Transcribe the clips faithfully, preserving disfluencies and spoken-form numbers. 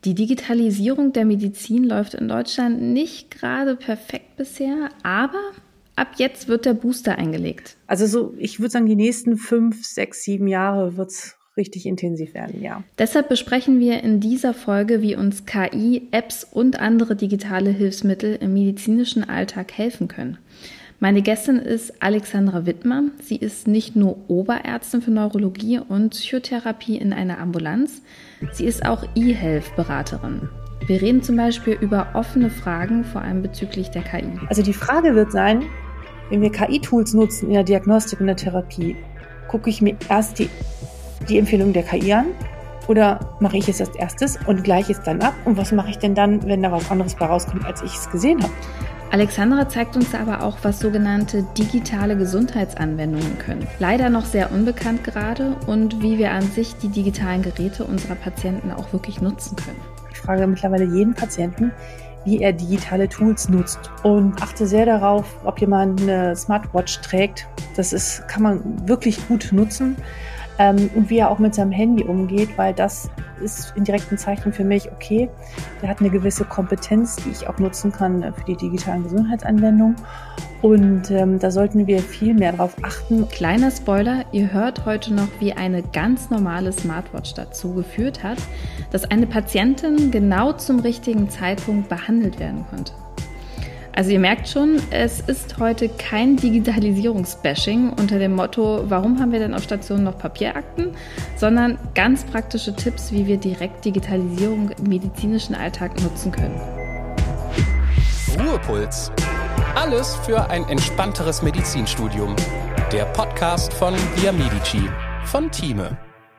Die Digitalisierung der Medizin läuft in Deutschland nicht gerade perfekt bisher, aber ab jetzt wird der Booster eingelegt. Also so, ich würde sagen, die nächsten fünf, sechs, sieben Jahre wird es richtig intensiv werden, ja. Deshalb besprechen wir in dieser Folge, wie uns K I, Apps und andere digitale Hilfsmittel im medizinischen Alltag helfen können. Meine Gästin ist Alexandra Wittmer. Sie ist nicht nur Oberärztin für Neurologie und Psychotherapie in einer Ambulanz, sie ist auch E-Health-Beraterin. Wir reden zum Beispiel über offene Fragen, vor allem bezüglich der K I. Also die Frage wird sein, wenn wir K I-Tools nutzen in der Diagnostik und der Therapie, gucke ich mir erst die, die Empfehlung der K I an oder mache ich es als erstes und gleiche es dann ab? Und was mache ich denn dann, wenn da was anderes bei rauskommt, als ich es gesehen habe? Alexandra zeigt uns aber auch, was sogenannte digitale Gesundheitsanwendungen können. Leider noch sehr unbekannt gerade und wie wir an sich die digitalen Geräte unserer Patienten auch wirklich nutzen können. Ich frage mittlerweile jeden Patienten, wie er digitale Tools nutzt und achte sehr darauf, ob jemand eine Smartwatch trägt. Das ist, kann man wirklich gut nutzen. Ähm, und wie er auch mit seinem Handy umgeht, weil das ist indirekt ein Zeichen für mich, okay, der hat eine gewisse Kompetenz, die ich auch nutzen kann für die digitalen Gesundheitsanwendungen. Und ähm, da sollten wir viel mehr drauf achten. Kleiner Spoiler, ihr hört heute noch, wie eine ganz normale Smartwatch dazu geführt hat, dass eine Patientin genau zum richtigen Zeitpunkt behandelt werden konnte. Also ihr merkt schon, es ist heute kein Digitalisierungsbashing unter dem Motto, warum haben wir denn auf Stationen noch Papierakten, sondern ganz praktische Tipps, wie wir direkt Digitalisierung im medizinischen Alltag nutzen können. Ruhepuls. Alles für ein entspannteres Medizinstudium. Der Podcast von Via Medici von Thieme.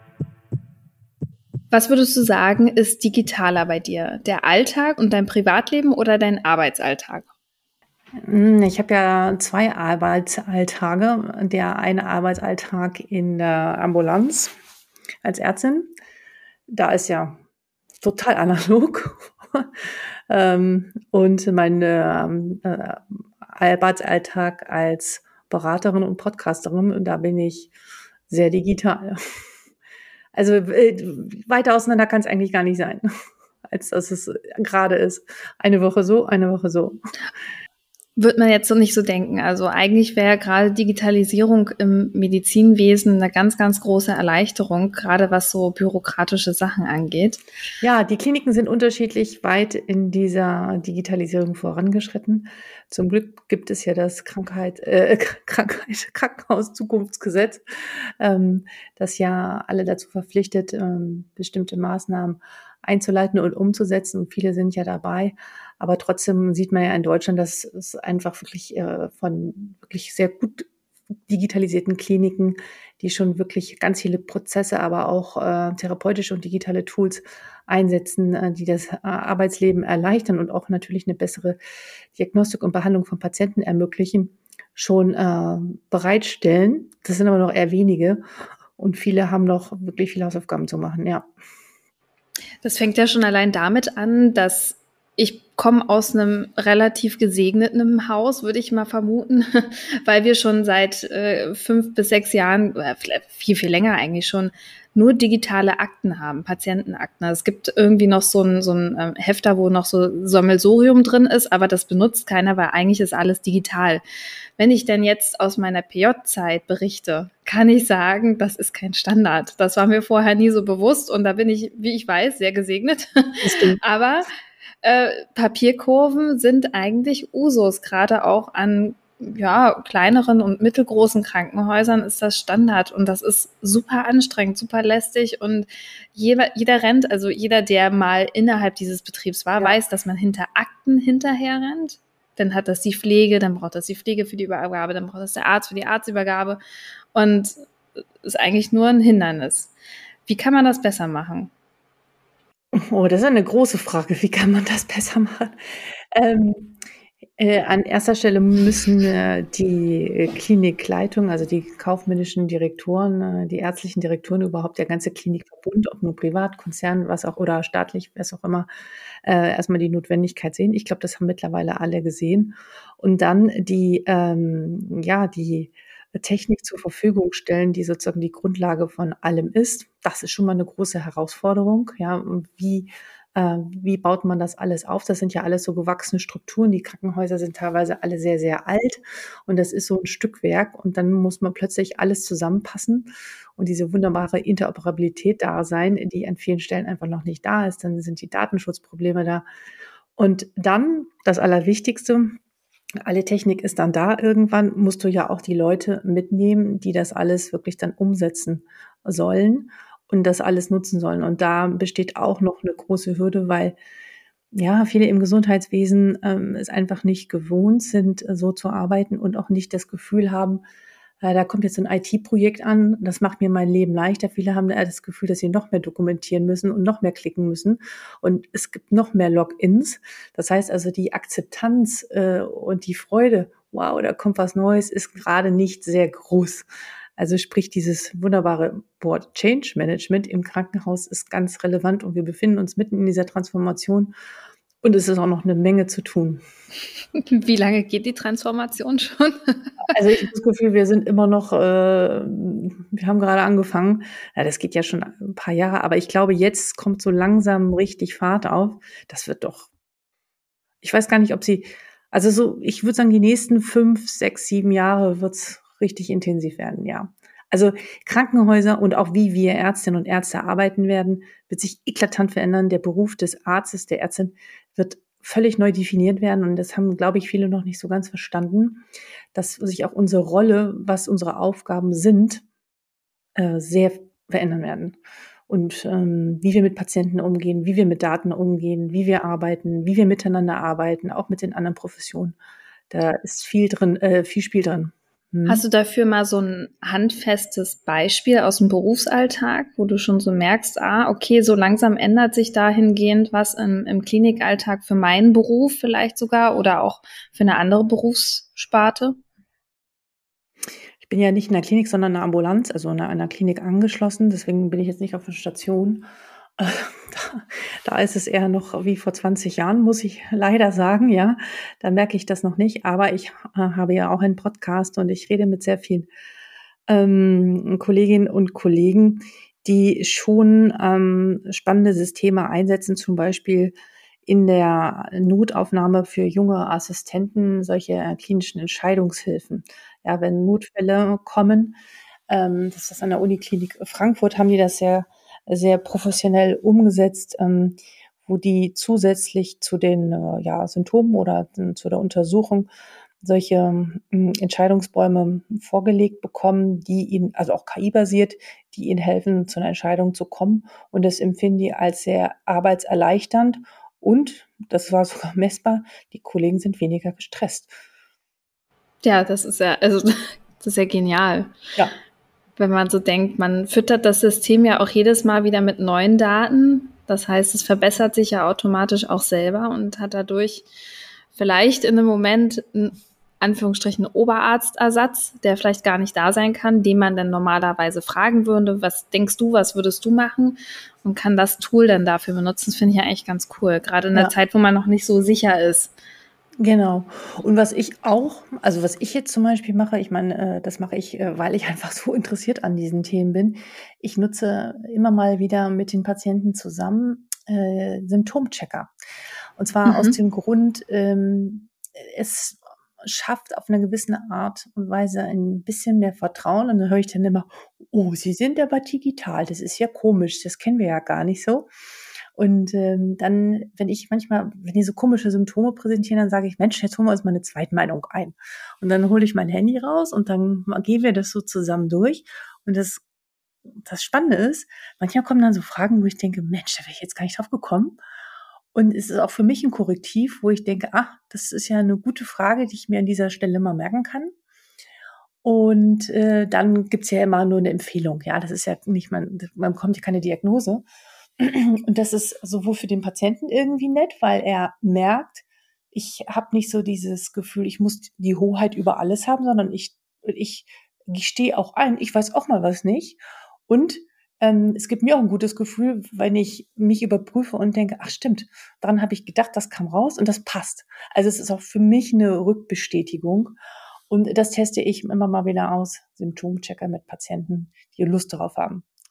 Was würdest du sagen, ist digitaler bei dir? Der Alltag und dein Privatleben oder dein Arbeitsalltag? Ich habe ja zwei Arbeitsalltage. Der eine Arbeitsalltag in der Ambulanz als Ärztin. Da ist ja total analog. Und mein Arbeitsalltag als Beraterin und Podcasterin, da bin ich sehr digital. Also weiter auseinander kann es eigentlich gar nicht sein, als dass es gerade ist. Eine Woche so, eine Woche so. Wird man jetzt so nicht so denken. Also eigentlich wäre gerade Digitalisierung im Medizinwesen eine ganz, ganz große Erleichterung, gerade was so bürokratische Sachen angeht. Ja, die Kliniken sind unterschiedlich weit in dieser Digitalisierung vorangeschritten. Zum Glück gibt es ja das Krankheit, äh, Krankheit, Krankenhauszukunftsgesetz, ähm, das ja alle dazu verpflichtet, ähm, bestimmte Maßnahmen einzuleiten und umzusetzen. Und viele sind ja dabei. Aber trotzdem sieht man ja in Deutschland, dass es einfach wirklich äh, von wirklich sehr gut digitalisierten Kliniken, die schon wirklich ganz viele Prozesse, aber auch äh, therapeutische und digitale Tools einsetzen, äh, die das äh, Arbeitsleben erleichtern und auch natürlich eine bessere Diagnostik und Behandlung von Patienten ermöglichen, schon äh, bereitstellen. Das sind aber noch eher wenige und viele haben noch wirklich viele Hausaufgaben zu machen, ja. Das fängt ja schon allein damit an, dass ich komme aus einem relativ gesegneten Haus, würde ich mal vermuten, weil wir schon seit äh, fünf bis sechs Jahren, äh, viel, viel länger eigentlich schon, nur digitale Akten haben, Patientenakten. Also es gibt irgendwie noch so ein, so ein äh, Hefter, wo noch so Sammelsurium drin ist, aber das benutzt keiner, weil eigentlich ist alles digital. Wenn ich denn jetzt aus meiner P J-Zeit berichte, kann ich sagen, das ist kein Standard. Das war mir vorher nie so bewusst und da bin ich, wie ich weiß, sehr gesegnet. Aber äh, Papierkurven sind eigentlich Usus, gerade auch an ja, kleineren und mittelgroßen Krankenhäusern ist das Standard und das ist super anstrengend, super lästig und jeder, jeder rennt, also jeder, der mal innerhalb dieses Betriebs war, ja, weiß, dass man hinter Akten hinterher rennt. Dann hat das die Pflege, dann braucht das die Pflege für die Übergabe, dann braucht das der Arzt für die Arztübergabe und ist eigentlich nur ein Hindernis. Wie kann man das besser machen? Oh, das ist eine große Frage. Wie kann man das besser machen? Ähm, äh, an erster Stelle müssen äh, die Klinikleitung, also die kaufmännischen Direktoren, äh, die ärztlichen Direktoren, überhaupt der ganze Klinikverbund, ob nur privat, Konzern, was auch oder staatlich, was auch immer, äh, erstmal die Notwendigkeit sehen. Ich glaube, das haben mittlerweile alle gesehen. Und dann die, ähm, ja, die Technik zur Verfügung stellen, die sozusagen die Grundlage von allem ist. Das ist schon mal eine große Herausforderung. Ja, und wie Äh, wie baut man das alles auf? Das sind ja alles so gewachsene Strukturen. Die Krankenhäuser sind teilweise alle sehr, sehr alt und das ist so ein Stückwerk und dann muss man plötzlich alles zusammenpassen und diese wunderbare Interoperabilität da sein, die an vielen Stellen einfach noch nicht da ist. Dann sind die Datenschutzprobleme da. Und dann das Allerwichtigste, alle Technik ist dann da irgendwann, musst du ja auch die Leute mitnehmen, die das alles wirklich dann umsetzen sollen und das alles nutzen sollen. Und da besteht auch noch eine große Hürde, weil ja viele im Gesundheitswesen ähm, es einfach nicht gewohnt sind, äh, so zu arbeiten und auch nicht das Gefühl haben, äh, da kommt jetzt so ein I T-Projekt an, das macht mir mein Leben leichter. Viele haben eher das Gefühl, dass sie noch mehr dokumentieren müssen und noch mehr klicken müssen. Und es gibt noch mehr Logins. Das heißt also, die Akzeptanz äh, und die Freude, wow, da kommt was Neues, ist gerade nicht sehr groß. Also sprich, dieses wunderbare Wort Change Management im Krankenhaus ist ganz relevant und wir befinden uns mitten in dieser Transformation und es ist auch noch eine Menge zu tun. Wie lange geht die Transformation schon? Also ich habe das Gefühl, wir sind immer noch, äh, wir haben gerade angefangen. Ja, das geht ja schon ein paar Jahre, aber ich glaube, jetzt kommt so langsam richtig Fahrt auf. Das wird doch, ich weiß gar nicht, ob sie, also so, ich würde sagen, die nächsten fünf, sechs, sieben Jahre wird's richtig intensiv werden, ja. Also Krankenhäuser und auch wie wir Ärztinnen und Ärzte arbeiten werden, wird sich eklatant verändern. Der Beruf des Arztes, der Ärztin wird völlig neu definiert werden. Und das haben, glaube ich, viele noch nicht so ganz verstanden, dass sich auch unsere Rolle, was unsere Aufgaben sind, äh, sehr verändern werden. Und ähm, wie wir mit Patienten umgehen, wie wir mit Daten umgehen, wie wir arbeiten, wie wir miteinander arbeiten, auch mit den anderen Professionen. Da ist viel drin, äh, viel Spiel drin. Hm. Hast du dafür mal so ein handfestes Beispiel aus dem Berufsalltag, wo du schon so merkst, ah, okay, so langsam ändert sich dahingehend was im, im Klinikalltag für meinen Beruf vielleicht sogar oder auch für eine andere Berufssparte? Ich bin ja nicht in der Klinik, sondern in einer Ambulanz, also in einer, einer Klinik angeschlossen. Deswegen bin ich jetzt nicht auf der Station. Äh, Da, da ist es eher noch wie vor zwanzig Jahren, muss ich leider sagen, ja. Da merke ich das noch nicht. Aber ich äh, habe ja auch einen Podcast und ich rede mit sehr vielen ähm, Kolleginnen und Kollegen, die schon ähm, spannende Systeme einsetzen, zum Beispiel in der Notaufnahme für junge Assistenten, solche klinischen Entscheidungshilfen. Ja, wenn Notfälle kommen, ähm, das ist an der Uniklinik Frankfurt, haben die das sehr sehr professionell umgesetzt, ähm, wo die zusätzlich zu den äh, ja, Symptomen oder äh, zu der Untersuchung solche ähm, Entscheidungsbäume vorgelegt bekommen, die ihnen, also auch K I-basiert, die ihnen helfen, zu einer Entscheidung zu kommen. Und das empfinden die als sehr arbeitserleichternd. Und, das war sogar messbar, die Kollegen sind weniger gestresst. Ja, das ist ja, also das ist ja genial. Ja. Wenn man so denkt, man füttert das System ja auch jedes Mal wieder mit neuen Daten. Das heißt, es verbessert sich ja automatisch auch selber und hat dadurch vielleicht in einem Moment einen Anführungsstrichen Oberarztersatz, der vielleicht gar nicht da sein kann, den man dann normalerweise fragen würde, was denkst du, was würdest du machen? Und kann das Tool dann dafür benutzen. Das finde ich ja eigentlich ganz cool, gerade in der Ja. Zeit, wo man noch nicht so sicher ist. Genau. Und was ich auch, also was ich jetzt zum Beispiel mache, ich meine, äh, das mache ich, äh, weil ich einfach so interessiert an diesen Themen bin. Ich nutze immer mal wieder mit den Patienten zusammen äh, Symptomchecker. Und zwar Mhm. aus dem Grund, ähm, es schafft auf eine gewisse Art und Weise ein bisschen mehr Vertrauen. Und dann höre ich dann immer, oh, Sie sind aber digital, das ist ja komisch, das kennen wir ja gar nicht so. Und ähm, dann, wenn ich manchmal, wenn die so komische Symptome präsentieren, dann sage ich, Mensch, jetzt holen wir uns mal eine Zweitmeinung ein. Und dann hole ich mein Handy raus und dann gehen wir das so zusammen durch. Und das, das Spannende ist, manchmal kommen dann so Fragen, wo ich denke, Mensch, da wäre ich jetzt gar nicht drauf gekommen. Und es ist auch für mich ein Korrektiv, wo ich denke, ach, das ist ja eine gute Frage, die ich mir an dieser Stelle mal merken kann. Und äh, dann gibt's ja immer nur eine Empfehlung. Ja, das ist ja nicht, man, man bekommt ja keine Diagnose. Und das ist sowohl für den Patienten irgendwie nett, weil er merkt, ich habe nicht so dieses Gefühl, ich muss die Hoheit über alles haben, sondern ich, ich, ich stehe auch ein, ich weiß auch mal was nicht. Und ähm, es gibt mir auch ein gutes Gefühl, wenn ich mich überprüfe und denke, ach stimmt, daran habe ich gedacht, das kam raus und das passt. Also es ist auch für mich eine Rückbestätigung. Und das teste ich immer mal wieder aus, Symptomchecker mit Patienten, die Lust darauf haben.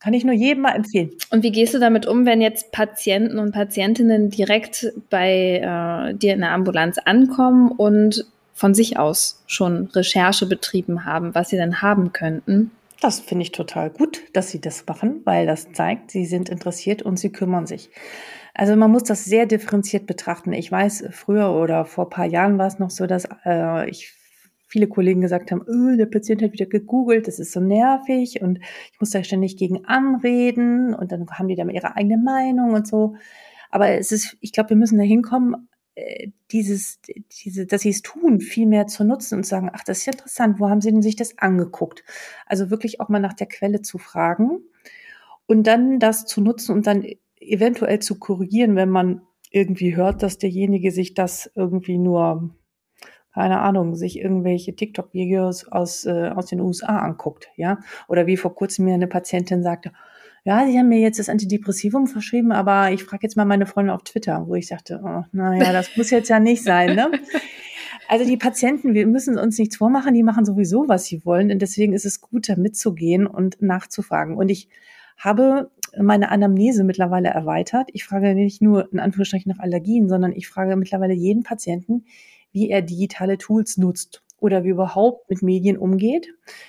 Kann ich nur jedem mal empfehlen. Und wie gehst du damit um, wenn jetzt Patienten und Patientinnen direkt bei äh, dir in der Ambulanz ankommen und von sich aus schon Recherche betrieben haben, was sie denn haben könnten? Das finde ich total gut, dass sie das machen, weil das zeigt, sie sind interessiert und sie kümmern sich. Also man muss das sehr differenziert betrachten. Ich weiß, früher oder vor ein paar Jahren war es noch so, dass äh, ich viele Kollegen gesagt haben, öh, der Patient hat wieder gegoogelt, das ist so nervig und ich muss da ständig gegen anreden und dann haben die dann ihre eigene Meinung und so. Aber es ist, ich glaube, wir müssen da hinkommen, äh, dieses, diese, dass sie es tun, viel mehr zu nutzen und sagen, ach, das ist ja interessant, wo haben sie denn sich das angeguckt? Also wirklich auch mal nach der Quelle zu fragen und dann das zu nutzen und dann eventuell zu korrigieren, wenn man irgendwie hört, dass derjenige sich das irgendwie nur, keine Ahnung, sich irgendwelche TikTok-Videos aus, äh, aus den U S A anguckt, ja. Oder wie vor kurzem mir eine Patientin sagte, ja, sie haben mir jetzt das Antidepressivum verschrieben, aber ich frage jetzt mal meine Freundin auf Twitter, wo ich sagte, oh, naja, das muss jetzt ja nicht sein, ne? Also die Patienten, wir müssen uns nichts vormachen, die machen sowieso, was sie wollen. Und deswegen ist es gut, da mitzugehen und nachzufragen. Und ich habe meine Anamnese mittlerweile erweitert. Ich frage nicht nur in Anführungsstrichen nach Allergien, sondern ich frage mittlerweile jeden Patienten, wie er digitale Tools nutzt oder wie überhaupt mit Medien umgeht.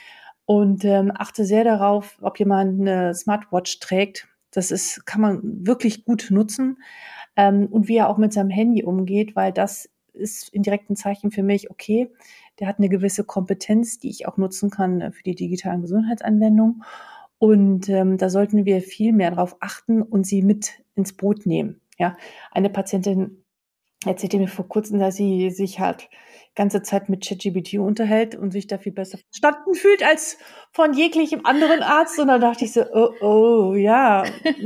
Und ähm, achte sehr darauf, ob jemand eine Smartwatch trägt. Das ist, kann man wirklich gut nutzen. Ähm, und wie er auch mit seinem Handy umgeht, weil das ist indirekt ein Zeichen für mich, okay, der hat eine gewisse Kompetenz, die ich auch nutzen kann für die digitalen Gesundheitsanwendungen. Und ähm, da sollten wir viel mehr darauf achten und sie mit ins Boot nehmen. Ja, eine Patientin erzählte mir vor kurzem, dass sie sich halt ganze Zeit mit ChatGPT unterhält und sich da viel besser verstanden fühlt als von jeglichem anderen Arzt. Und da dachte ich so, oh, oh, ja,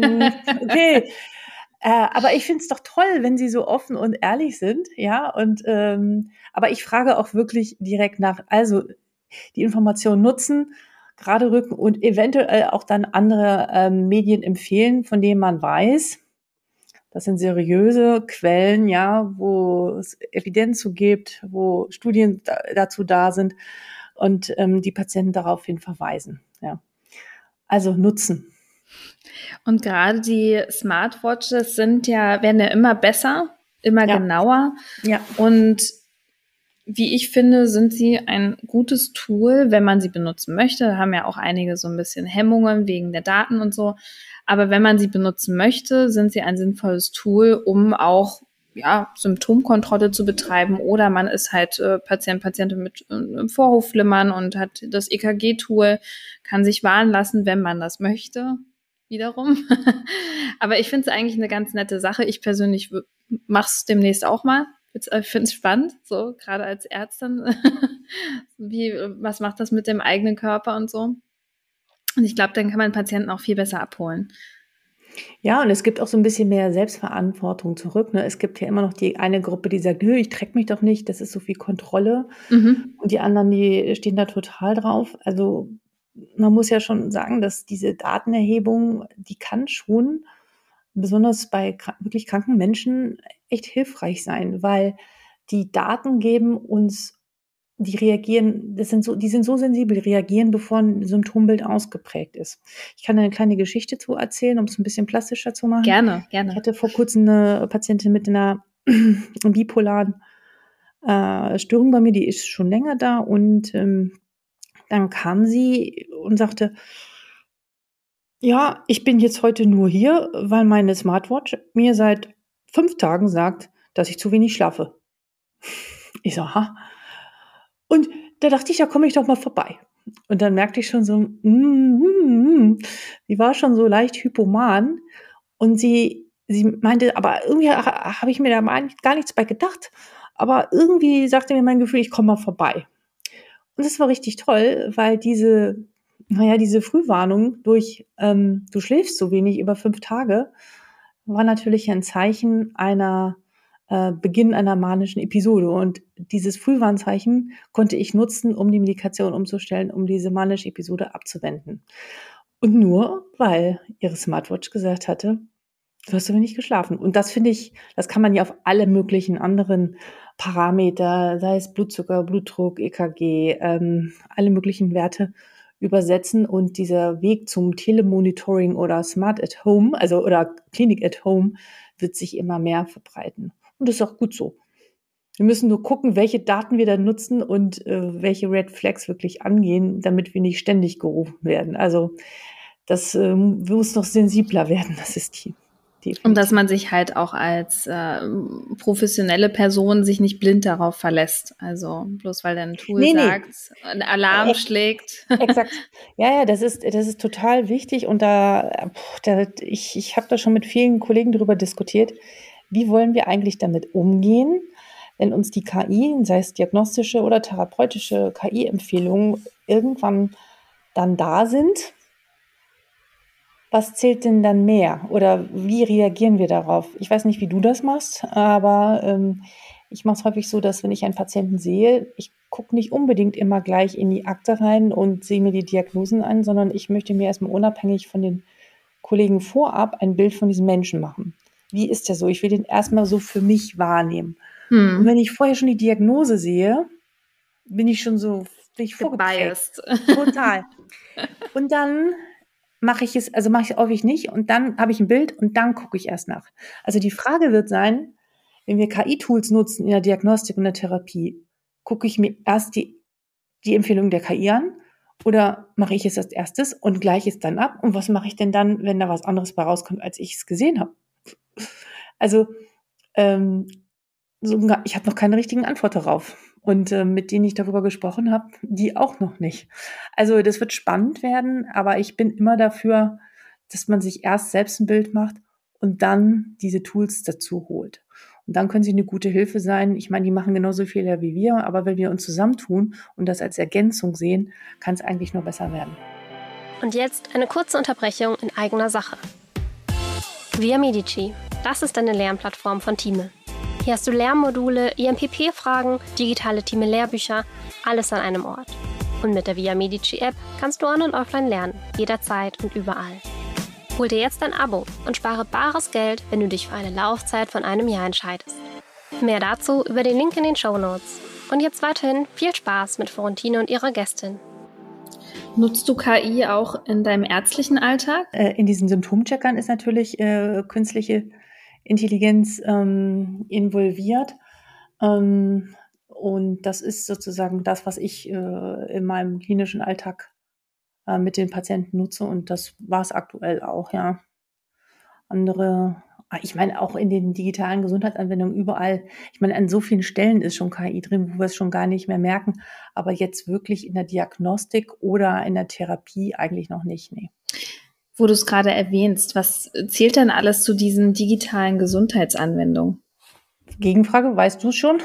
okay. Äh, aber ich finde es doch toll, wenn sie so offen und ehrlich sind, ja. Und ähm, aber ich frage auch wirklich direkt nach. Also die Information nutzen, gerade rücken und eventuell auch dann andere ähm, Medien empfehlen, von denen man weiß, das sind seriöse Quellen, ja, wo es Evidenz zu gibt, wo Studien da, dazu da sind und ähm, die Patienten daraufhin verweisen, ja. Also nutzen. Und gerade die Smartwatches sind ja, werden ja immer besser, immer Ja. genauer. Ja. Und wie ich finde, sind sie ein gutes Tool, wenn man sie benutzen möchte. Da haben ja auch einige so ein bisschen Hemmungen wegen der Daten und so. Aber wenn man sie benutzen möchte, sind sie ein sinnvolles Tool, um auch ja, Symptomkontrolle zu betreiben. Oder man ist halt äh, Patient, Patientin mit äh, im Vorhof flimmern und hat das E K G-Tool, kann sich warnen lassen, wenn man das möchte. Wiederum. Aber ich finde es eigentlich eine ganz nette Sache. Ich persönlich mache es demnächst auch mal. Ich finde es spannend, so gerade als Ärztin. Wie, was macht das mit dem eigenen Körper und so? Und ich glaube, dann kann man Patienten auch viel besser abholen. Ja, und es gibt auch so ein bisschen mehr Selbstverantwortung zurück. Ne? Es gibt ja immer noch die eine Gruppe, die sagt, nö, ich track mich doch nicht, das ist so viel Kontrolle. Mhm. Und die anderen, die stehen da total drauf. Also man muss ja schon sagen, dass diese Datenerhebung, die kann schon besonders bei krank, wirklich kranken Menschen echt hilfreich sein, weil die Daten geben uns, die reagieren, das sind so, die sind so sensibel, die reagieren, bevor ein Symptombild ausgeprägt ist. Ich kann eine kleine Geschichte zu erzählen, um es ein bisschen plastischer zu machen. Gerne, gerne. Ich hatte vor kurzem eine Patientin mit einer bipolaren äh, Störung bei mir, die ist schon länger da und ähm, dann kam sie und sagte, ja, ich bin jetzt heute nur hier, weil meine Smartwatch mir seit fünf Tagen sagt, dass ich zu wenig schlafe. Ich so, aha. Und da dachte ich, ja, komme ich doch mal vorbei. Und dann merkte ich schon so, mm, mm, mm. Die war schon so leicht hypoman. Und sie, sie meinte, aber irgendwie habe ich mir da mal gar nichts bei gedacht. Aber irgendwie sagte mir mein Gefühl, ich komme mal vorbei. Und das war richtig toll, weil diese, naja, diese Frühwarnung durch, ähm, du schläfst so wenig über fünf Tage, war natürlich ein Zeichen einer äh, Beginn einer manischen Episode. Und dieses Frühwarnzeichen konnte ich nutzen, um die Medikation umzustellen, um diese manische Episode abzuwenden. Und nur, weil ihre Smartwatch gesagt hatte, du hast so wenig geschlafen. Und das finde ich, das kann man ja auf alle möglichen anderen Parameter, sei es Blutzucker, Blutdruck, E K G, ähm, alle möglichen Werte übersetzen und dieser Weg zum Telemonitoring oder Smart at Home, also oder Klinik at Home, wird sich immer mehr verbreiten. Und das ist auch gut so. Wir müssen nur gucken, welche Daten wir da nutzen und äh, welche Red Flags wirklich angehen, damit wir nicht ständig gerufen werden. Also das äh, muss noch sensibler werden, das System. Definitiv. Und dass man sich halt auch als äh, professionelle Person sich nicht blind darauf verlässt. Also bloß weil dein Tool Nee, nee. sagt, ein Alarm Ex- schlägt. Exakt. Ja, ja, das ist, das ist total wichtig. Und da, puh, da ich, ich habe da schon mit vielen Kollegen darüber diskutiert, wie wollen wir eigentlich damit umgehen, wenn uns die K I, sei es diagnostische oder therapeutische K I-Empfehlungen, irgendwann dann da sind. Was zählt denn dann mehr? Oder wie reagieren wir darauf? Ich weiß nicht, wie du das machst, aber ähm, ich mache es häufig so, dass wenn ich einen Patienten sehe, ich gucke nicht unbedingt immer gleich in die Akte rein und sehe mir die Diagnosen an, sondern ich möchte mir erstmal unabhängig von den Kollegen vorab ein Bild von diesem Menschen machen. Wie ist der so? Ich will den erstmal so für mich wahrnehmen. Hm. Und wenn ich vorher schon die Diagnose sehe, bin ich schon so bin ich vorgeprägt. Total. Und dann mache ich es, also mache ich es häufig nicht und dann habe ich ein Bild und dann gucke ich erst nach. Also die Frage wird sein, wenn wir K I-Tools nutzen in der Diagnostik und der Therapie, gucke ich mir erst die, die Empfehlung der K I an oder mache ich es als erstes und gleiche es dann ab? Und was mache ich denn dann, wenn da was anderes bei rauskommt, als ich es gesehen habe? Also ähm, so, ich habe noch keine richtigen Antwort darauf. Und äh, mit denen ich darüber gesprochen habe, die auch noch nicht. Also das wird spannend werden, aber ich bin immer dafür, dass man sich erst selbst ein Bild macht und dann diese Tools dazu holt. Und dann können sie eine gute Hilfe sein. Ich meine, die machen genauso viel wie wir, aber wenn wir uns zusammentun und das als Ergänzung sehen, kann es eigentlich nur besser werden. Und jetzt eine kurze Unterbrechung in eigener Sache. Via Medici, das ist eine Lernplattform von Thieme. Hier hast du Lernmodule, I M P P-Fragen, digitale Thieme-Lehrbücher, alles an einem Ort. Und mit der Via Medici-App kannst du on- und offline lernen, jederzeit und überall. Hol dir jetzt ein Abo und spare bares Geld, wenn du dich für eine Laufzeit von einem Jahr entscheidest. Mehr dazu über den Link in den Shownotes. Und jetzt weiterhin viel Spaß mit Florentine und ihrer Gästin. Nutzt du K I auch in deinem ärztlichen Alltag? Äh, in diesen Symptomcheckern ist natürlich äh, künstliche Intelligenz ähm, involviert. Ähm, und das ist sozusagen das, was ich äh, in meinem klinischen Alltag äh, mit den Patienten nutze. Und das war es aktuell auch, ja. Andere, ich meine, auch in den digitalen Gesundheitsanwendungen überall, ich meine, an so vielen Stellen ist schon K I drin, wo wir es schon gar nicht mehr merken. Aber jetzt wirklich in der Diagnostik oder in der Therapie eigentlich noch nicht, nee. Wo du es gerade erwähnst, was zählt denn alles zu diesen digitalen Gesundheitsanwendungen? Gegenfrage, weißt du es schon?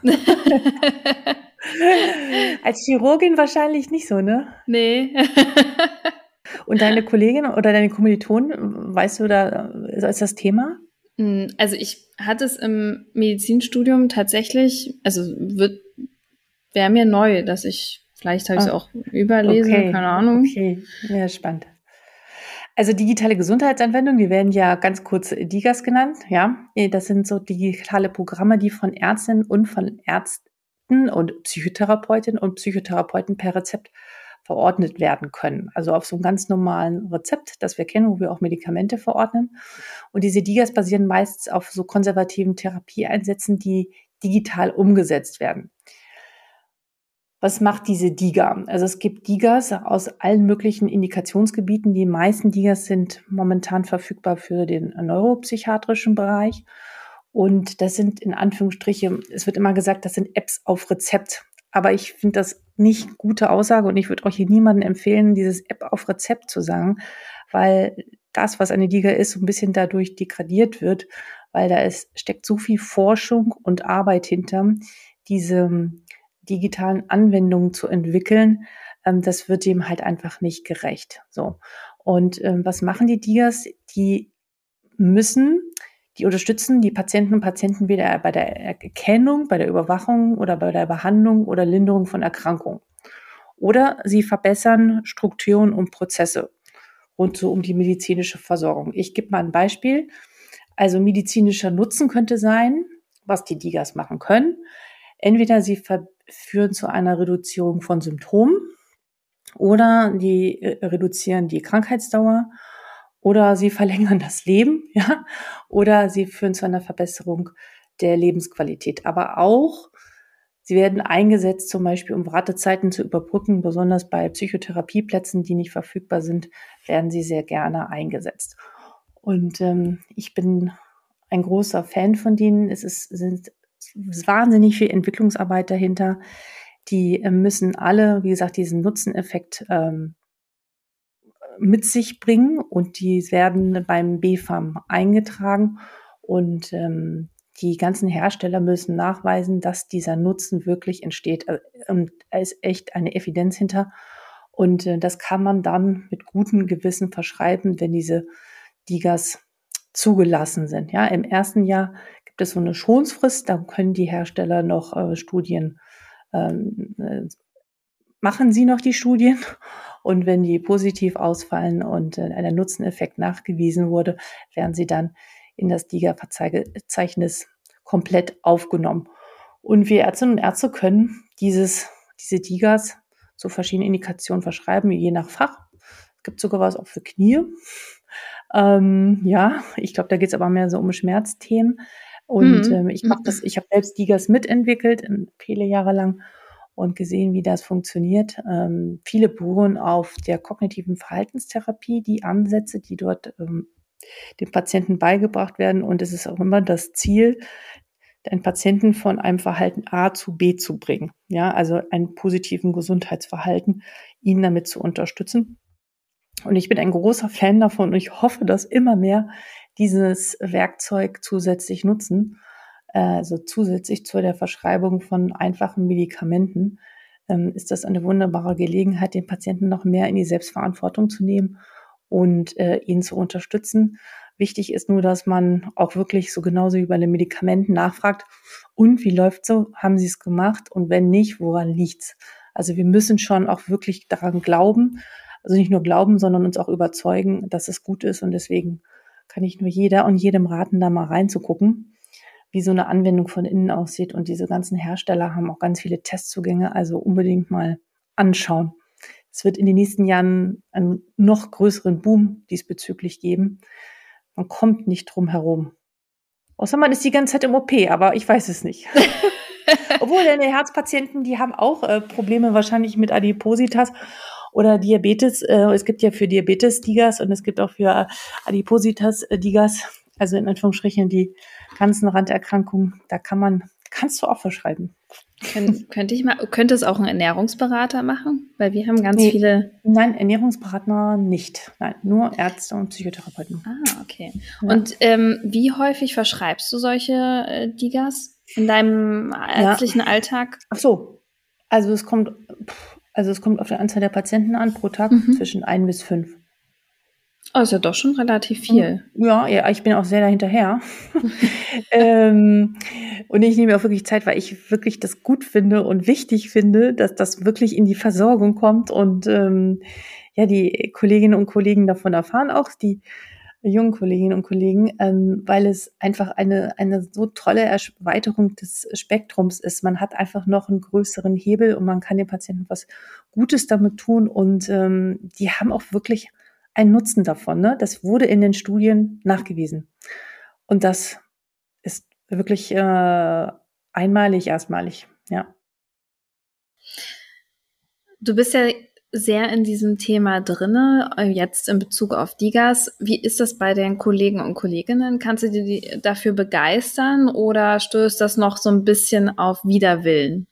Als Chirurgin wahrscheinlich nicht so, ne? Nee. Und deine Kollegin oder deine Kommilitonen, weißt du da, ist das Thema? Also ich hatte es im Medizinstudium tatsächlich, also wird wäre mir neu, dass ich, vielleicht habe ich es Ah, auch überlesen, okay, keine Ahnung. Okay, ja, spannend. Also digitale Gesundheitsanwendungen, die werden ja ganz kurz D I G A S genannt, ja. Das sind so digitale Programme, die von Ärztinnen und von Ärzten und Psychotherapeutinnen und Psychotherapeuten per Rezept verordnet werden können. Also auf so einem ganz normalen Rezept, das wir kennen, wo wir auch Medikamente verordnen. Und diese D I G A S basieren meist auf so konservativen Therapieeinsätzen, die digital umgesetzt werden. Was macht diese D I G A? Also es gibt D I G As aus allen möglichen Indikationsgebieten. Die meisten D I G As sind momentan verfügbar für den neuropsychiatrischen Bereich. Und das sind in Anführungsstrichen, es wird immer gesagt, das sind Apps auf Rezept. Aber ich finde das nicht gute Aussage und ich würde auch hier niemandem empfehlen, dieses App auf Rezept zu sagen, weil das, was eine D I G A ist, so ein bisschen dadurch degradiert wird, weil da ist, steckt so viel Forschung und Arbeit hinter, diese digitalen Anwendungen zu entwickeln. Ähm, das wird dem halt einfach nicht gerecht. So. Und ähm, was machen die D I G As? Die müssen, die unterstützen die Patienten und Patienten wieder bei der Erkennung, bei der Überwachung oder bei der Behandlung oder Linderung von Erkrankungen. Oder sie verbessern Strukturen und Prozesse rund so um die medizinische Versorgung. Ich gebe mal ein Beispiel. Also medizinischer Nutzen könnte sein, was die D I G As machen können. Entweder sie führen zu einer Reduzierung von Symptomen, oder die äh, reduzieren die Krankheitsdauer oder sie verlängern das Leben, ja, oder sie führen zu einer Verbesserung der Lebensqualität. Aber auch, sie werden eingesetzt, zum Beispiel, um Wartezeiten zu überbrücken, besonders bei Psychotherapieplätzen, die nicht verfügbar sind, werden sie sehr gerne eingesetzt. Und ähm, ich bin ein großer Fan von denen. Es ist, sind es ist wahnsinnig viel Entwicklungsarbeit dahinter. Die äh, müssen alle, wie gesagt, diesen Nutzeneffekt ähm, mit sich bringen und die werden beim B F A M eingetragen und ähm, die ganzen Hersteller müssen nachweisen, dass dieser Nutzen wirklich entsteht. Und da ist echt eine Evidenz hinter und äh, das kann man dann mit gutem Gewissen verschreiben, wenn diese D I G As zugelassen sind. Ja, im ersten Jahr gibt es so eine Schonfrist, da können die Hersteller noch äh, Studien ähm, äh, machen sie noch die Studien und wenn die positiv ausfallen und äh, ein Nutzeneffekt nachgewiesen wurde, werden sie dann in das D I G A-Verzeichnis komplett aufgenommen. Und wir Ärztinnen und Ärzte können dieses, diese D I G As zu verschiedenen Indikationen verschreiben, je nach Fach. Es gibt sogar was auch für Knie. Ähm, ja, ich glaube, da geht es aber mehr so um Schmerzthemen. Und Mhm. ähm, ich mache das, ich habe selbst D I G As mitentwickelt, viele Jahre lang und gesehen, wie das funktioniert. Ähm, viele beruhen auf der kognitiven Verhaltenstherapie, die Ansätze, die dort ähm, den Patienten beigebracht werden. Und es ist auch immer das Ziel, den Patienten von einem Verhalten A zu B zu bringen. Ja, also einen positiven Gesundheitsverhalten, ihn damit zu unterstützen. Und ich bin ein großer Fan davon und ich hoffe, dass immer mehr dieses Werkzeug zusätzlich nutzen, also zusätzlich zu der Verschreibung von einfachen Medikamenten, ähm, ist das eine wunderbare Gelegenheit, den Patienten noch mehr in die Selbstverantwortung zu nehmen und äh, ihn zu unterstützen. Wichtig ist nur, dass man auch wirklich so genauso wie bei den Medikamenten nachfragt, und wie läuft so, haben Sie es gemacht und wenn nicht, woran liegt's? Also wir müssen schon auch wirklich daran glauben, also nicht nur glauben, sondern uns auch überzeugen, dass es gut ist, und deswegen kann ich nur jeder und jedem raten, da mal reinzugucken, wie so eine Anwendung von innen aussieht. Und diese ganzen Hersteller haben auch ganz viele Testzugänge, also unbedingt mal anschauen. Es wird in den nächsten Jahren einen noch größeren Boom diesbezüglich geben. Man kommt nicht drum herum. Außer man ist die ganze Zeit im O P, aber ich weiß es nicht. Obwohl, deine Herzpatienten, die haben auch äh, Probleme wahrscheinlich mit Adipositas oder Diabetes. Äh, es gibt ja für Diabetes D I G As und es gibt auch für Adipositas äh, D I G As. Also in Anführungsstrichen die ganzen Randerkrankungen, da kann man, kannst du auch verschreiben. Kön könnte ich mal, könnte es auch ein Ernährungsberater machen? Weil wir haben ganz Nee, viele. Nein, Ernährungsberater nicht. Nein, nur Ärzte und Psychotherapeuten. Ah, okay. Ja. Und ähm, wie häufig verschreibst du solche äh, D I G As in deinem ärztlichen ja. Alltag? Ach so, also es kommt, also es kommt auf die Anzahl der Patienten an, pro Tag mhm. zwischen ein bis fünf. Oh, ist ja doch schon relativ viel. Ja, ja, ich bin auch sehr dahinterher. ähm, und ich nehme auch wirklich Zeit, weil ich wirklich das gut finde und wichtig finde, dass das wirklich in die Versorgung kommt und ähm, ja, die Kolleginnen und Kollegen davon erfahren, auch die jungen Kolleginnen und Kollegen, ähm, weil es einfach eine eine so tolle Erweiterung des Spektrums ist. Man hat einfach noch einen größeren Hebel und man kann den Patienten was Gutes damit tun und ähm, die haben auch wirklich einen Nutzen davon. Ne? Das wurde in den Studien nachgewiesen. Und das ist wirklich äh, einmalig, erstmalig. Ja. Du bist ja sehr in diesem Thema drinne, jetzt in Bezug auf D I G As. Wie ist das bei den Kollegen und Kolleginnen? Kannst du die dafür begeistern oder stößt das noch so ein bisschen auf Widerwillen?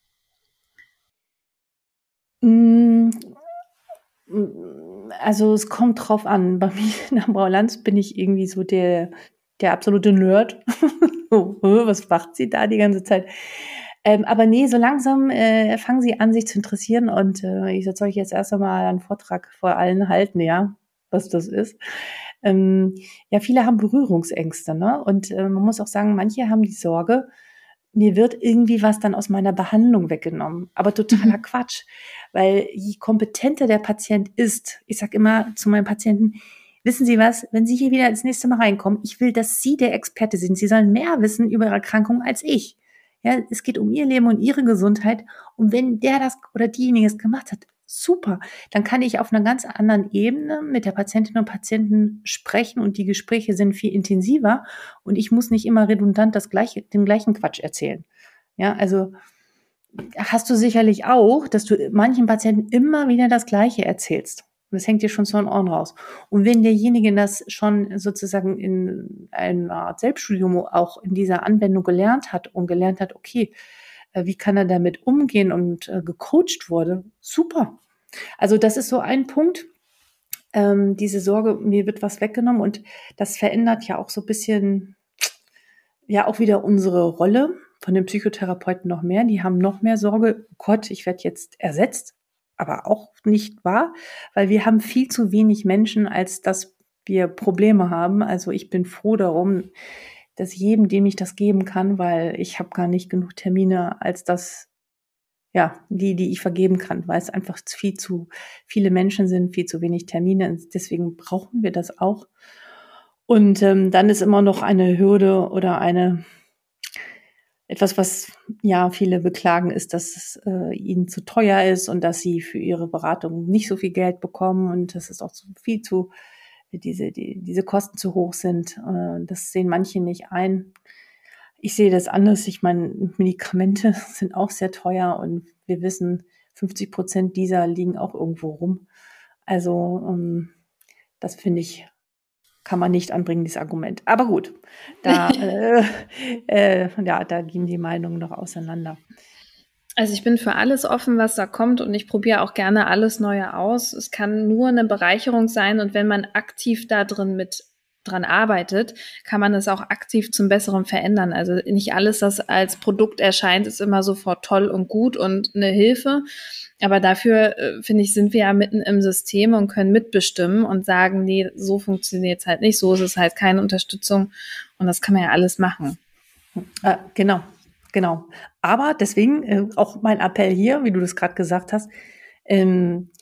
Also es kommt drauf an. Bei mir in der Ambulanz bin ich irgendwie so der, der absolute Nerd. Was macht sie da die ganze Zeit? Ähm, aber nee, so langsam äh, fangen sie an, sich zu interessieren und äh, ich soll euch jetzt erst einmal einen Vortrag vor allen halten, ja, was das ist. Ähm, ja, viele haben Berührungsängste, ne? Und äh, man muss auch sagen, manche haben die Sorge, mir wird irgendwie was dann aus meiner Behandlung weggenommen. Aber totaler mhm. Quatsch, weil je kompetenter der Patient ist, ich sag immer zu meinen Patienten, wissen Sie was, wenn Sie hier wieder das nächste Mal reinkommen, ich will, dass Sie der Experte sind. Sie sollen mehr wissen über Ihre Erkrankung als ich. Ja, es geht um Ihr Leben und Ihre Gesundheit. Und wenn der das oder diejenige es gemacht hat, super. Dann kann ich auf einer ganz anderen Ebene mit der Patientin und Patienten sprechen und die Gespräche sind viel intensiver und ich muss nicht immer redundant das gleiche, den gleichen Quatsch erzählen. Ja, also hast du sicherlich auch, dass du manchen Patienten immer wieder das Gleiche erzählst. Und das hängt dir schon zu den Ohren raus. Und wenn derjenige das schon sozusagen in einer Art Selbststudium auch in dieser Anwendung gelernt hat und gelernt hat, okay, wie kann er damit umgehen und äh, gecoacht wurde, super. Also das ist so ein Punkt, ähm, diese Sorge, mir wird was weggenommen und das verändert ja auch so ein bisschen, ja auch wieder unsere Rolle von den Psychotherapeuten noch mehr. Die haben noch mehr Sorge, oh Gott, ich werde jetzt ersetzt, aber auch nicht wahr, weil wir haben viel zu wenig Menschen, als dass wir Probleme haben. Also ich bin froh darum, dass jedem, dem ich das geben kann, weil ich habe gar nicht genug Termine, als das, ja, die, die ich vergeben kann, weil es einfach viel zu viele Menschen sind, viel zu wenig Termine. Und deswegen brauchen wir das auch. Und ähm, dann ist immer noch eine Hürde oder eine etwas, was ja viele beklagen, ist, dass es äh, ihnen zu teuer ist und dass sie für ihre Beratung nicht so viel Geld bekommen und dass es auch zu viel zu diese die, diese Kosten zu hoch sind. Äh, das sehen manche nicht ein. Ich sehe das anders. Ich meine, Medikamente sind auch sehr teuer und wir wissen, fünfzig Prozent dieser liegen auch irgendwo rum. Also ähm, das finde ich, kann man nicht anbringen, dieses Argument. Aber gut, da, äh, äh, ja, da gehen die Meinungen noch auseinander. Also ich bin für alles offen, was da kommt und ich probiere auch gerne alles Neue aus. Es kann nur eine Bereicherung sein und wenn man aktiv da drin mit dran arbeitet, kann man es auch aktiv zum Besseren verändern. Also nicht alles, das als Produkt erscheint, ist immer sofort toll und gut und eine Hilfe. Aber dafür, äh, finde ich, sind wir ja mitten im System und können mitbestimmen und sagen, nee, so funktioniert es halt nicht, so ist es halt keine Unterstützung und das kann man ja alles machen. Äh, genau, genau. Aber deswegen äh, auch mein Appell hier, wie du das gerade gesagt hast, ähm,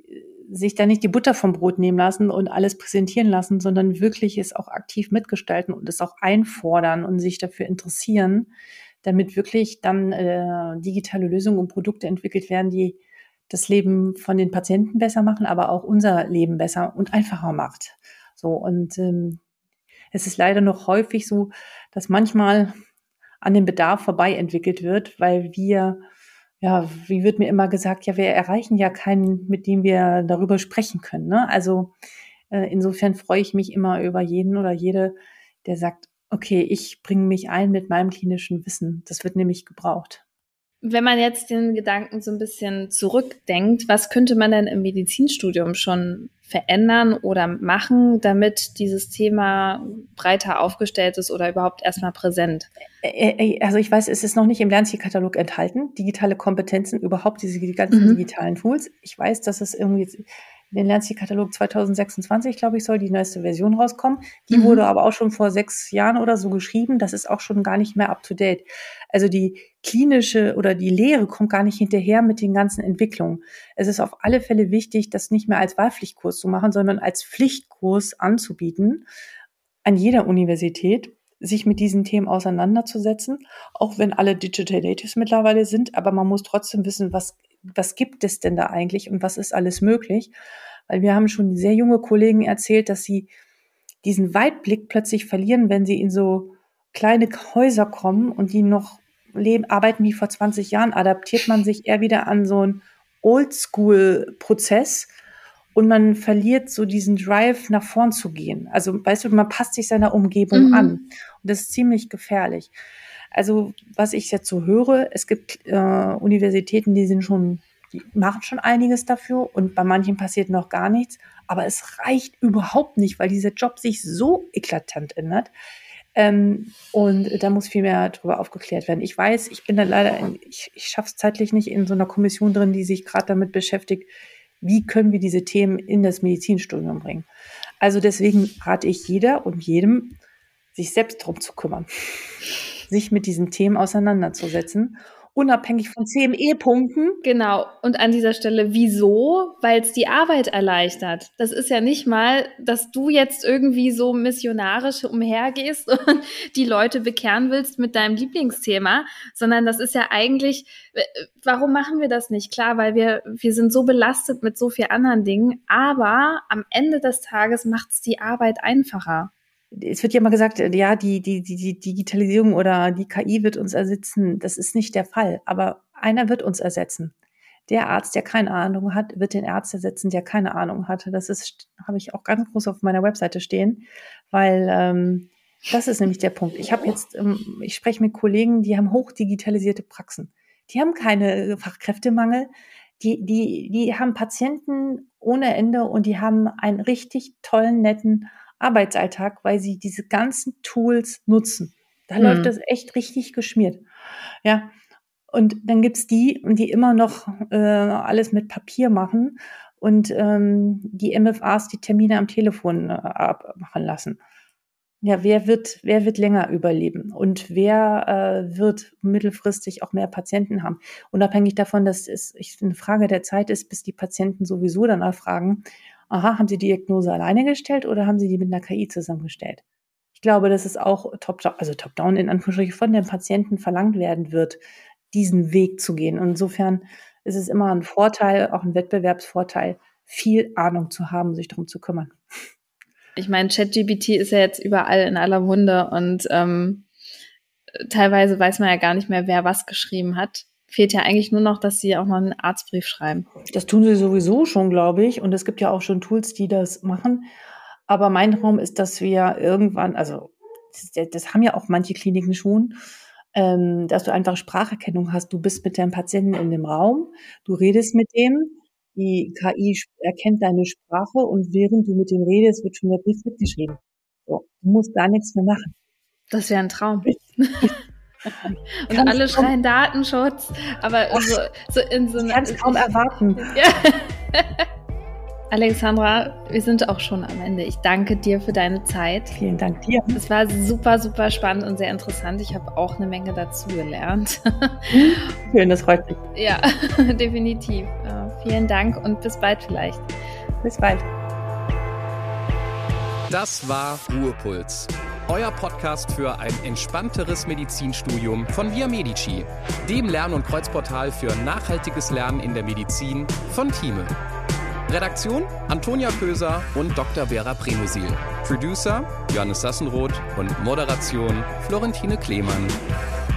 sich da nicht die Butter vom Brot nehmen lassen und alles präsentieren lassen, sondern wirklich es auch aktiv mitgestalten und es auch einfordern und sich dafür interessieren, damit wirklich dann äh, digitale Lösungen und Produkte entwickelt werden, die das Leben von den Patienten besser machen, aber auch unser Leben besser und einfacher macht. So, und ähm, es ist leider noch häufig so, dass manchmal an dem Bedarf vorbei entwickelt wird, weil wir, ja, wie wird mir immer gesagt, ja, wir erreichen ja keinen, mit dem wir darüber sprechen können. Ne? Also äh, insofern freue ich mich immer über jeden oder jede, der sagt, okay, ich bringe mich ein mit meinem klinischen Wissen. Das wird nämlich gebraucht. Wenn man jetzt den Gedanken so ein bisschen zurückdenkt, was könnte man denn im Medizinstudium schon verändern oder machen, damit dieses Thema breiter aufgestellt ist oder überhaupt erstmal präsent? Also ich weiß, es ist noch nicht im Lernzielkatalog enthalten, digitale Kompetenzen, überhaupt diese die ganzen mhm. digitalen Tools. Ich weiß, dass es irgendwie in den Lernzielkatalog zwanzig sechsundzwanzig, glaube ich, soll die neueste Version rauskommen. Die mhm. wurde aber auch schon vor sechs Jahren oder so geschrieben. Das ist auch schon gar nicht mehr up to date. Also die klinische oder die Lehre kommt gar nicht hinterher mit den ganzen Entwicklungen. Es ist auf alle Fälle wichtig, das nicht mehr als Wahlpflichtkurs zu machen, sondern als Pflichtkurs anzubieten an jeder Universität, sich mit diesen Themen auseinanderzusetzen, auch wenn alle Digital Natives mittlerweile sind, aber man muss trotzdem wissen, was, was gibt es denn da eigentlich und was ist alles möglich, weil wir haben schon sehr junge Kollegen erzählt, dass sie diesen Weitblick plötzlich verlieren, wenn sie in so kleine Häuser kommen und die noch leben, arbeiten wie vor zwanzig Jahren, adaptiert man sich eher wieder an so einen Oldschool-Prozess und man verliert so diesen Drive, nach vorn zu gehen. Also, weißt du, man passt sich seiner Umgebung mhm. an. Und das ist ziemlich gefährlich. Also, was ich jetzt so höre, es gibt äh, Universitäten, die sind schon, die machen schon einiges dafür und bei manchen passiert noch gar nichts. Aber es reicht überhaupt nicht, weil dieser Job sich so eklatant ändert. Ähm, und da muss viel mehr darüber aufgeklärt werden. Ich weiß, ich bin da leider, in, ich, ich schaffe es zeitlich nicht in so einer Kommission drin, die sich gerade damit beschäftigt, wie können wir diese Themen in das Medizinstudium bringen. Also deswegen rate ich jeder und jedem, sich selbst drum zu kümmern, sich mit diesen Themen auseinanderzusetzen unabhängig von C M E-Punkten. Genau. Und an dieser Stelle, wieso? Weil es die Arbeit erleichtert. Das ist ja nicht mal, dass du jetzt irgendwie so missionarisch umhergehst und die Leute bekehren willst mit deinem Lieblingsthema, sondern das ist ja eigentlich, warum machen wir das nicht? Klar, weil wir, wir sind so belastet mit so vielen anderen Dingen, aber am Ende des Tages macht es die Arbeit einfacher. Es wird ja immer gesagt, ja, die, die, die, die Digitalisierung oder die K I wird uns ersetzen. Das ist nicht der Fall. Aber einer wird uns ersetzen. Der Arzt, der keine Ahnung hat, wird den Arzt ersetzen, der keine Ahnung hatte. Das ist, habe ich auch ganz groß auf meiner Webseite stehen, weil ähm, das ist nämlich der Punkt. Ich habe jetzt, ähm, ich spreche mit Kollegen, die haben hochdigitalisierte Praxen. Die haben keine Fachkräftemangel. Die, die, die haben Patienten ohne Ende und die haben einen richtig tollen, netten Arbeitsalltag, weil sie diese ganzen Tools nutzen. Da hm. läuft das echt richtig geschmiert. Ja, und dann gibt's die, die immer noch äh, alles mit Papier machen und ähm, die M F As die Termine am Telefon äh, abmachen lassen. Ja, wer wird, wer wird länger überleben und wer äh, wird mittelfristig auch mehr Patienten haben? Unabhängig davon, dass es eine Frage der Zeit ist, bis die Patienten sowieso danach fragen, aha, haben Sie die Diagnose alleine gestellt oder haben Sie die mit einer K I zusammengestellt? Ich glaube, dass es auch top-down, also top-down in Anführungsstrichen von den Patienten verlangt werden wird, diesen Weg zu gehen. Und insofern ist es immer ein Vorteil, auch ein Wettbewerbsvorteil, viel Ahnung zu haben, sich darum zu kümmern. Ich meine, ChatGPT ist ja jetzt überall in aller Munde und ähm, teilweise weiß man ja gar nicht mehr, wer was geschrieben hat. Fehlt ja eigentlich nur noch, dass sie auch noch einen Arztbrief schreiben. Das tun sie sowieso schon, glaube ich. Und es gibt ja auch schon Tools, die das machen. Aber mein Traum ist, dass wir irgendwann, also das, das haben ja auch manche Kliniken schon, ähm, dass du einfach Spracherkennung hast. Du bist mit deinem Patienten in dem Raum, du redest mit dem, die K I erkennt deine Sprache und während du mit dem redest, wird schon der Brief mitgeschrieben. So, du musst gar nichts mehr machen. Das wäre ein Traum. Und Kannst alle schreien Datenschutz, aber so, so in so einer... Ich kann es kaum erwarten. Ja. Alexandra, wir sind auch schon am Ende. Ich danke dir für deine Zeit. Vielen Dank dir. Es war super, super spannend und sehr interessant. Ich habe auch eine Menge dazu gelernt. Schön, das freut mich. Ja, definitiv. Vielen Dank und bis bald vielleicht. Bis bald. Das war Ruhepuls. Euer Podcast für ein entspannteres Medizinstudium von Via Medici, dem Lern- und Kreuzportal für nachhaltiges Lernen in der Medizin von Thieme. Redaktion Antonia Köser und Doktor Vera Premusil. Producer Johannes Sassenroth und Moderation Florentine Klemann.